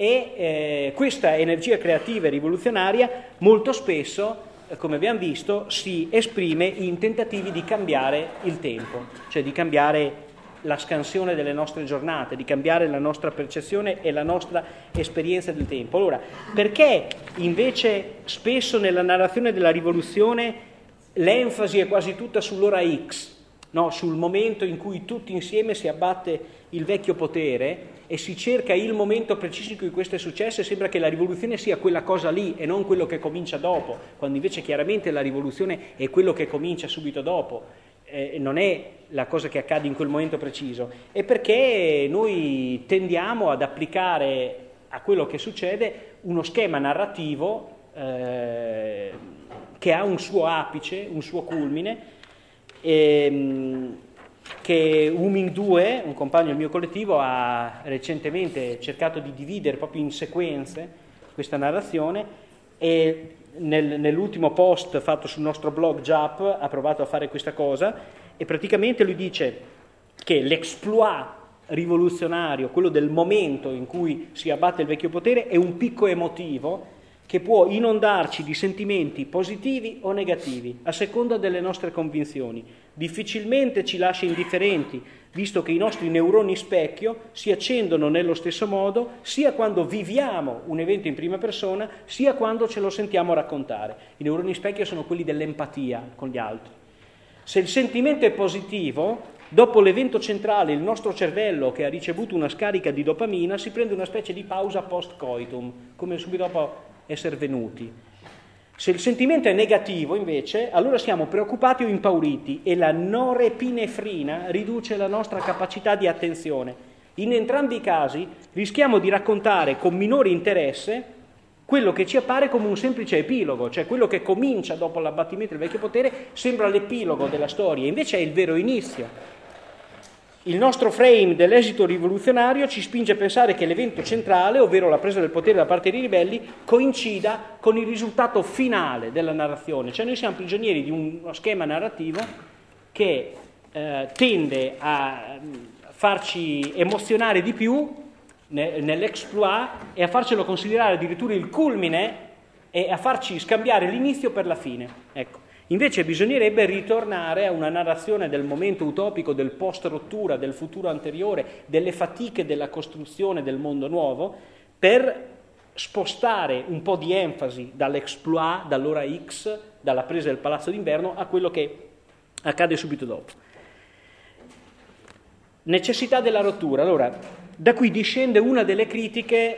e questa energia creativa e rivoluzionaria molto spesso, come abbiamo visto, si esprime in tentativi di cambiare il tempo, cioè di cambiare la scansione delle nostre giornate, di cambiare la nostra percezione e la nostra esperienza del tempo. Allora, perché invece spesso nella narrazione della rivoluzione l'enfasi è quasi tutta sull'ora X, no? Sul momento in cui tutti insieme si abbatte il vecchio potere e si cerca il momento preciso in cui questo è successo, e sembra che la rivoluzione sia quella cosa lì e non quello che comincia dopo, quando invece chiaramente la rivoluzione è quello che comincia subito dopo. Non è la cosa che accade in quel momento preciso, è perché noi tendiamo ad applicare a quello che succede uno schema narrativo che ha un suo apice, un suo culmine, che Wuming 2, un compagno del mio collettivo, ha recentemente cercato di dividere proprio in sequenze questa narrazione, e nell'ultimo post fatto sul nostro blog JAP ha provato a fare questa cosa, e praticamente lui dice che l'exploit rivoluzionario, quello del momento in cui si abbatte il vecchio potere, è un picco emotivo che può inondarci di sentimenti positivi o negativi, a seconda delle nostre convinzioni. Difficilmente ci lascia indifferenti, visto che i nostri neuroni specchio si accendono nello stesso modo, sia quando viviamo un evento in prima persona, sia quando ce lo sentiamo raccontare. I neuroni specchio sono quelli dell'empatia con gli altri. Se il sentimento è positivo, dopo l'evento centrale il nostro cervello, che ha ricevuto una scarica di dopamina, si prende una specie di pausa post-coitum, come subito dopo essere venuti. Se il sentimento è negativo, invece, allora siamo preoccupati o impauriti, e la norepinefrina riduce la nostra capacità di attenzione. In entrambi i casi rischiamo di raccontare con minore interesse quello che ci appare come un semplice epilogo, cioè quello che comincia dopo l'abbattimento del vecchio potere sembra l'epilogo della storia, invece è il vero inizio. Il nostro frame dell'esito rivoluzionario ci spinge a pensare che l'evento centrale, ovvero la presa del potere da parte dei ribelli, coincida con il risultato finale della narrazione. Cioè noi siamo prigionieri di uno schema narrativo che tende a farci emozionare di più nell'exploit e a farcelo considerare addirittura il culmine e a farci scambiare l'inizio per la fine. Ecco. Invece bisognerebbe ritornare a una narrazione del momento utopico, del post-rottura, del futuro anteriore, delle fatiche della costruzione del mondo nuovo, per spostare un po' di enfasi dall'exploit, dall'ora X, dalla presa del Palazzo d'Inverno, a quello che accade subito dopo. Necessità della rottura. Allora, da qui discende una delle critiche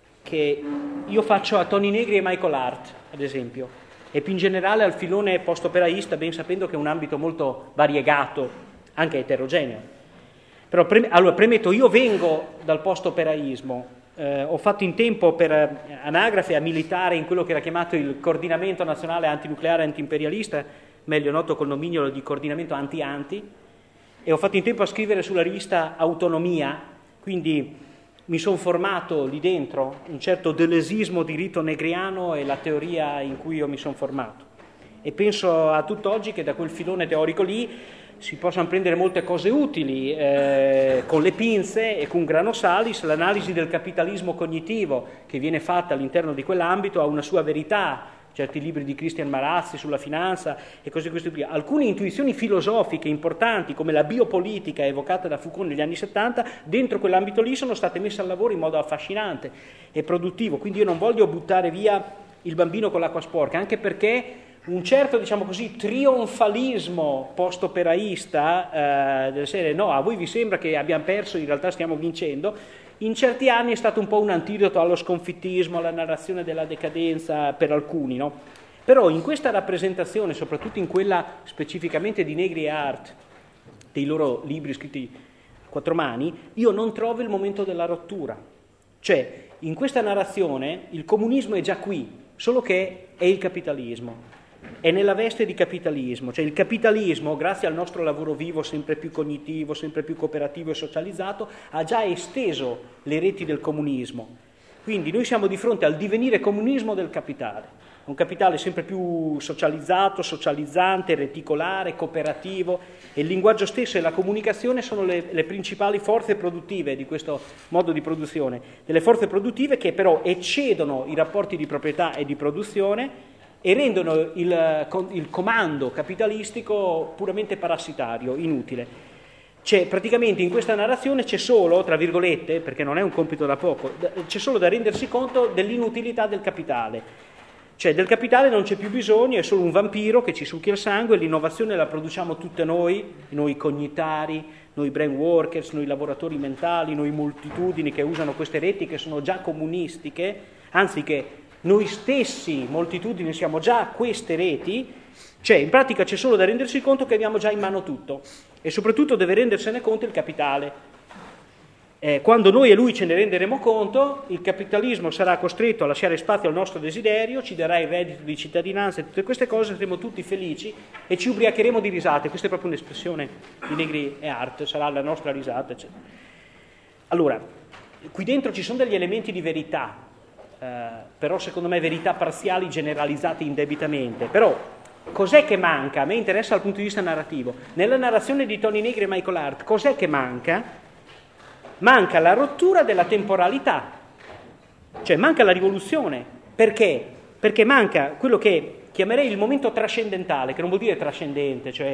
che io faccio a Toni Negri e Michael Hart, ad esempio, e più in generale al filone post-operaista, ben sapendo che è un ambito molto variegato, anche eterogeneo. Però, allora, premetto, io vengo dal post-operaismo, ho fatto in tempo per anagrafe a militare in quello che era chiamato il Coordinamento Nazionale Antinucleare Antiimperialista, meglio noto col nomignolo di Coordinamento Anti-Anti, e ho fatto in tempo a scrivere sulla rivista Autonomia, quindi mi sono formato lì dentro un certo delesismo di rito negriano e la teoria in cui io mi sono formato. E penso a tutt'oggi che da quel filone teorico lì si possano prendere molte cose utili, con le pinze e con grano salis. L'analisi del capitalismo cognitivo che viene fatta all'interno di quell'ambito ha una sua verità, certi libri di Christian Marazzi sulla finanza e cose di questo tipo. Alcune intuizioni filosofiche importanti, come la biopolitica evocata da Foucault negli anni 70, dentro quell'ambito lì sono state messe al lavoro in modo affascinante e produttivo. Quindi io non voglio buttare via il bambino con l'acqua sporca, anche perché un certo, diciamo così, trionfalismo post-operaista della serie no, a voi vi sembra che abbiamo perso, in realtà stiamo vincendo, in certi anni è stato un po' un antidoto allo sconfittismo, alla narrazione della decadenza per alcuni, no? Però in questa rappresentazione, soprattutto in quella specificamente di Negri e Hart, dei loro libri scritti a quattro mani, io non trovo il momento della rottura. Cioè, in questa narrazione il comunismo è già qui, solo che è il capitalismo. È nella veste di capitalismo, cioè il capitalismo, grazie al nostro lavoro vivo sempre più cognitivo, sempre più cooperativo e socializzato, ha già esteso le reti del comunismo. Quindi noi siamo di fronte al divenire comunismo del capitale, un capitale sempre più socializzato, socializzante, reticolare, cooperativo, e il linguaggio stesso e la comunicazione sono le principali forze produttive di questo modo di produzione, delle forze produttive che però eccedono i rapporti di proprietà e di produzione e rendono il comando capitalistico puramente parassitario, inutile. Praticamente in questa narrazione c'è solo, tra virgolette, perché non è un compito da poco, c'è solo da rendersi conto dell'inutilità del capitale. Cioè del capitale non c'è più bisogno, è solo un vampiro che ci succhia il sangue, l'innovazione la produciamo tutte noi cognitari, noi brain workers, noi lavoratori mentali, noi moltitudini che usano queste reti che sono già comunistiche, anzi che noi stessi, moltitudini, siamo già queste reti. Cioè, in pratica c'è solo da rendersi conto che abbiamo già in mano tutto e soprattutto deve rendersene conto il capitale. Quando noi e lui ce ne renderemo conto, il capitalismo sarà costretto a lasciare spazio al nostro desiderio, ci darà il reddito di cittadinanza e tutte queste cose, saremo tutti felici e ci ubriacheremo di risate. Questa è proprio un'espressione di Negri e Hart, sarà la nostra risata, eccetera. Allora, qui dentro ci sono degli elementi di verità, però secondo me verità parziali generalizzate indebitamente. Però cos'è che manca? A me interessa dal punto di vista narrativo. Nella narrazione di Toni Negri e Michael Hart, cos'è che manca? Manca la rottura della temporalità, cioè manca la rivoluzione. Perché? Perché manca quello che chiamerei il momento trascendentale, che non vuol dire trascendente, cioè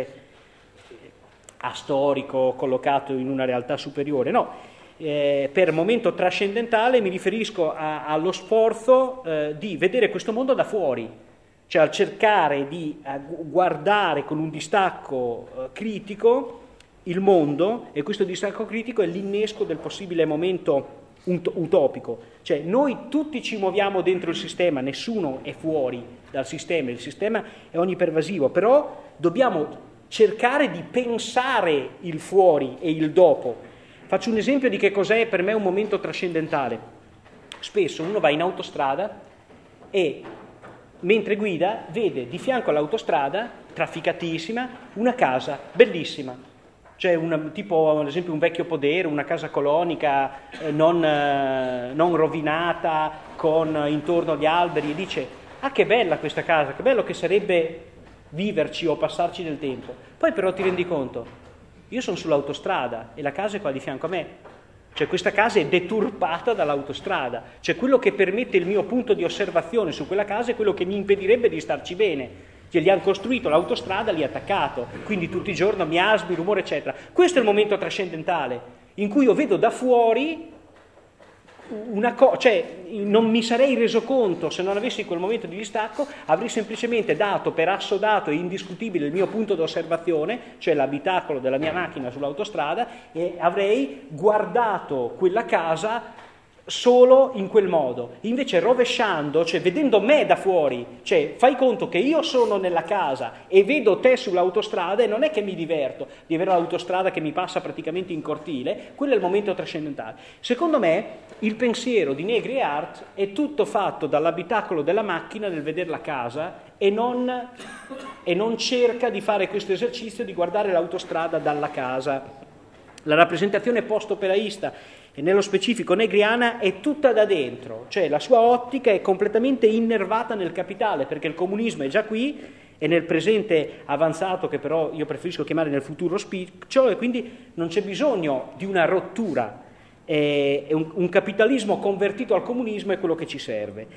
astorico, collocato in una realtà superiore, no. Per momento trascendentale mi riferisco allo sforzo di vedere questo mondo da fuori, cioè al cercare di guardare con un distacco critico il mondo, e questo distacco critico è l'innesco del possibile momento utopico. Cioè noi tutti ci muoviamo dentro il sistema, nessuno è fuori dal sistema, il sistema è onnipervasivo, però dobbiamo cercare di pensare il fuori e il dopo. Faccio un esempio di che cos'è per me un momento trascendentale. Spesso uno va in autostrada e mentre guida vede di fianco all'autostrada, trafficatissima, una casa bellissima. Cioè tipo ad esempio un vecchio podere, una casa colonica non rovinata, con intorno agli alberi, e dice: ah, che bella questa casa, che bello che sarebbe viverci o passarci del tempo. Poi però ti rendi conto, io sono sull'autostrada e la casa è qua di fianco a me, cioè questa casa è deturpata dall'autostrada, cioè quello che permette il mio punto di osservazione su quella casa è quello che mi impedirebbe di starci bene. gli hanno costruito l'autostrada lì attaccato, quindi tutti i giorni miasmi, rumore eccetera. Questo è il momento trascendentale in cui io vedo da fuori cioè non mi sarei reso conto, se non avessi quel momento di distacco, avrei semplicemente dato per assodato e indiscutibile il mio punto d'osservazione, cioè l'abitacolo della mia macchina sull'autostrada, e avrei guardato quella casa solo in quel modo. Invece rovesciando, cioè vedendo me da fuori, cioè fai conto che io sono nella casa e vedo te sull'autostrada e non è che mi diverto di avere l'autostrada che mi passa praticamente in cortile, quello è il momento trascendentale. Secondo me il pensiero di Negri e Hart è tutto fatto dall'abitacolo della macchina, nel vedere la casa, e non cerca di fare questo esercizio di guardare l'autostrada dalla casa. La rappresentazione post-operaista, e nello specifico negriana, è tutta da dentro, cioè la sua ottica è completamente innervata nel capitale, perché il comunismo è già qui, è nel presente avanzato, che però io preferisco chiamare nel futuro spicciolo, e quindi non c'è bisogno di una rottura. È un capitalismo convertito al comunismo è quello che ci serve.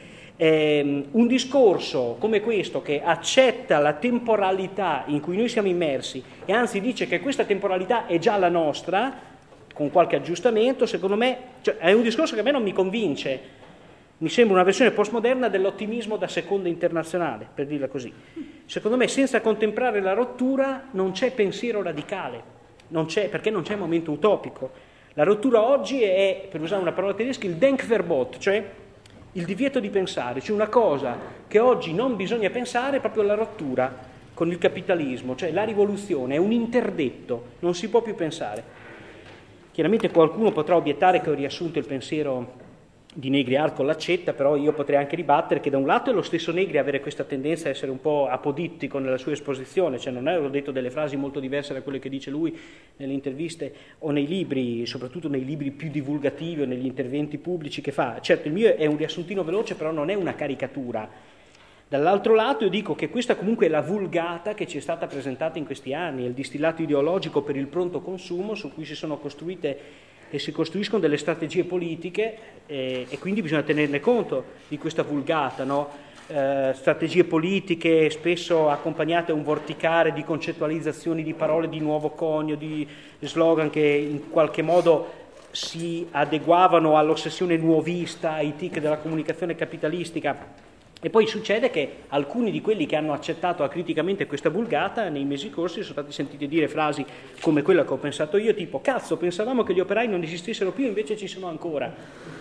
Un discorso come questo, che accetta la temporalità in cui noi siamo immersi e anzi dice che questa temporalità è già la nostra, con qualche aggiustamento, secondo me, cioè, è un discorso che a me non mi convince. Mi sembra una versione postmoderna dell'ottimismo da seconda internazionale, per dirla così. Secondo me, senza contemplare la rottura non c'è pensiero radicale, perché non c'è momento utopico. La rottura oggi è, per usare una parola tedesca, il Denkverbot, cioè il divieto di pensare, cioè una cosa che oggi non bisogna pensare è proprio la rottura con il capitalismo, cioè la rivoluzione, è un interdetto, non si può più pensare. Chiaramente qualcuno potrà obiettare che ho riassunto il pensiero di Negri e Hart con l'accetta, però io potrei anche ribattere che da un lato è lo stesso Negri avere questa tendenza a essere un po' apodittico nella sua esposizione, cioè non ho detto delle frasi molto diverse da quelle che dice lui nelle interviste o nei libri, soprattutto nei libri più divulgativi o negli interventi pubblici che fa. Certo, il mio è un riassuntino veloce, però non è una caricatura. Dall'altro lato io dico che questa comunque è la vulgata che ci è stata presentata in questi anni, è il distillato ideologico per il pronto consumo su cui si sono costruite e si costruiscono delle strategie politiche e quindi bisogna tenerne conto di questa vulgata, no? Strategie politiche spesso accompagnate a un vorticare di concettualizzazioni di parole di nuovo conio, di slogan che in qualche modo si adeguavano all'ossessione nuovista, ai tic della comunicazione capitalistica. E poi succede che alcuni di quelli che hanno accettato acriticamente questa vulgata nei mesi scorsi sono stati sentiti dire frasi come quella che ho pensato io, tipo cazzo, pensavamo che gli operai non esistessero più, invece ci sono ancora.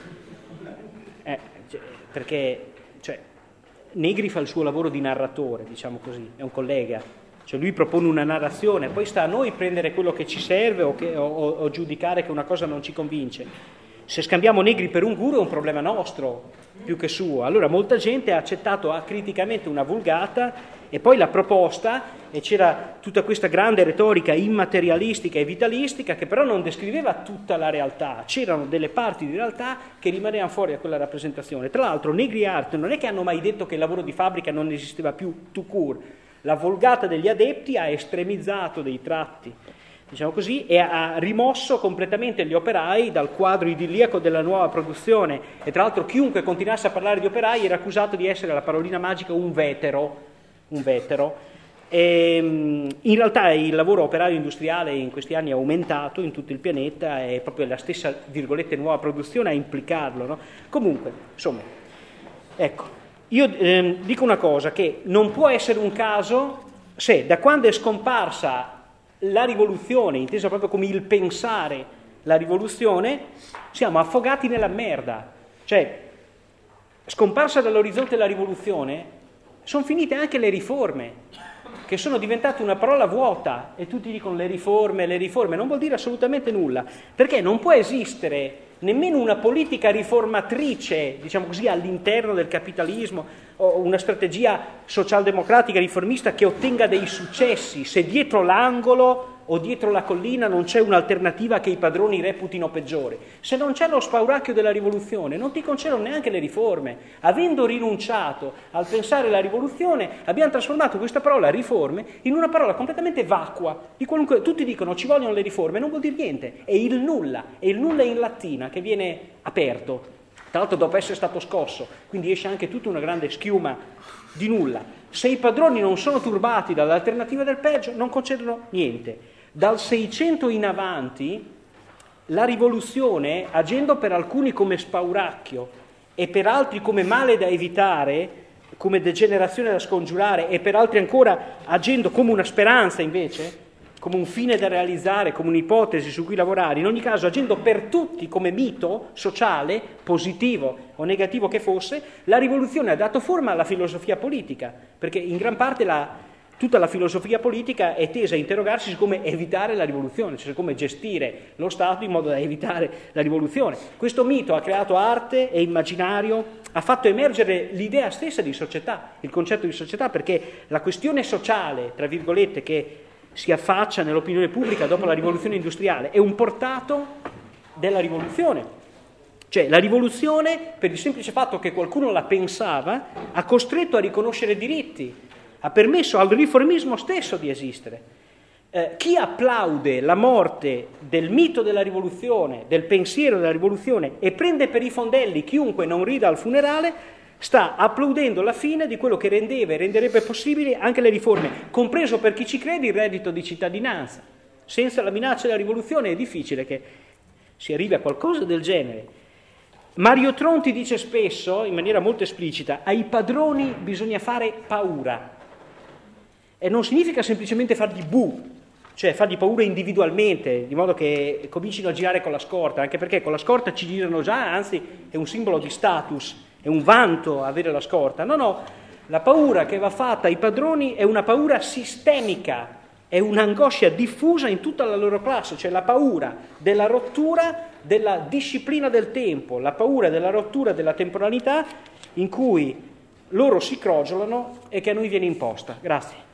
Perché Negri fa il suo lavoro di narratore, diciamo così, è un collega, cioè lui propone una narrazione, poi sta a noi prendere quello che ci serve o giudicare che una cosa non ci convince. Se scambiamo Negri per un guru è un problema nostro, più che suo. Allora molta gente ha accettato acriticamente una vulgata e poi l'ha proposta, e c'era tutta questa grande retorica immaterialistica e vitalistica che però non descriveva tutta la realtà, c'erano delle parti di realtà che rimanevano fuori da quella rappresentazione. Tra l'altro Negri e Hart non è che hanno mai detto che il lavoro di fabbrica non esisteva più tout court, la vulgata degli adepti ha estremizzato dei tratti, diciamo così, e ha rimosso completamente gli operai dal quadro idilliaco della nuova produzione. E tra l'altro chiunque continuasse a parlare di operai era accusato di essere, la parolina magica, un vetero. E in realtà il lavoro operaio industriale in questi anni è aumentato in tutto il pianeta, e proprio la stessa, virgolette, nuova produzione a implicarlo, no? Comunque, insomma, ecco, io dico una cosa, che non può essere un caso se da quando è scomparsa la rivoluzione, intesa proprio come il pensare la rivoluzione, siamo affogati nella merda. Cioè, scomparsa dall'orizzonte la rivoluzione, sono finite anche le riforme, che sono diventate una parola vuota, e tutti dicono le riforme, non vuol dire assolutamente nulla, perché non può esistere nemmeno una politica riformatrice, diciamo così, all'interno del capitalismo, o una strategia socialdemocratica riformista che ottenga dei successi, se dietro l'angolo o dietro la collina non c'è un'alternativa che i padroni reputino peggiore. Se non c'è lo spauracchio della rivoluzione, non ti concedono neanche le riforme. Avendo rinunciato al pensare la rivoluzione, abbiamo trasformato questa parola riforme in una parola completamente vacua, di qualunque. Tutti dicono ci vogliono le riforme, non vuol dire niente, è il nulla in latina che viene aperto. tra l'altro dopo essere stato scosso, quindi esce anche tutta una grande schiuma di nulla. Se i padroni non sono turbati dall'alternativa del peggio, non concedono niente. Dal 600 in avanti la rivoluzione, agendo per alcuni come spauracchio e per altri come male da evitare, come degenerazione da scongiurare, e per altri ancora agendo come una speranza invece, come un fine da realizzare, come un'ipotesi su cui lavorare, in ogni caso agendo per tutti come mito sociale, positivo o negativo che fosse, la rivoluzione ha dato forma alla filosofia politica, perché in gran parte tutta la filosofia politica è tesa a interrogarsi su come evitare la rivoluzione, cioè su come gestire lo Stato in modo da evitare la rivoluzione. Questo mito ha creato arte e immaginario, ha fatto emergere l'idea stessa di società, il concetto di società, perché la questione sociale, tra virgolette, che si affaccia nell'opinione pubblica dopo la rivoluzione industriale è un portato della rivoluzione. Cioè la rivoluzione, per il semplice fatto che qualcuno la pensava, ha costretto a riconoscere diritti, ha permesso al riformismo stesso di esistere. Chi applaude la morte del mito della rivoluzione, del pensiero della rivoluzione, e prende per i fondelli chiunque non rida al funerale, sta applaudendo la fine di quello che rendeva e renderebbe possibili anche le riforme, compreso per chi ci crede il reddito di cittadinanza. Senza la minaccia della rivoluzione è difficile che si arrivi a qualcosa del genere. Mario Tronti dice spesso, in maniera molto esplicita, ai padroni bisogna fare paura. E non significa semplicemente fargli cioè fargli paura individualmente, di modo che comincino a girare con la scorta, anche perché con la scorta ci girano già, anzi è un simbolo di status, è un vanto avere la scorta. No, la paura che va fatta ai padroni è una paura sistemica, è un'angoscia diffusa in tutta la loro classe, cioè la paura della rottura della disciplina del tempo, la paura della rottura della temporalità in cui loro si crogiolano e che a noi viene imposta. Grazie.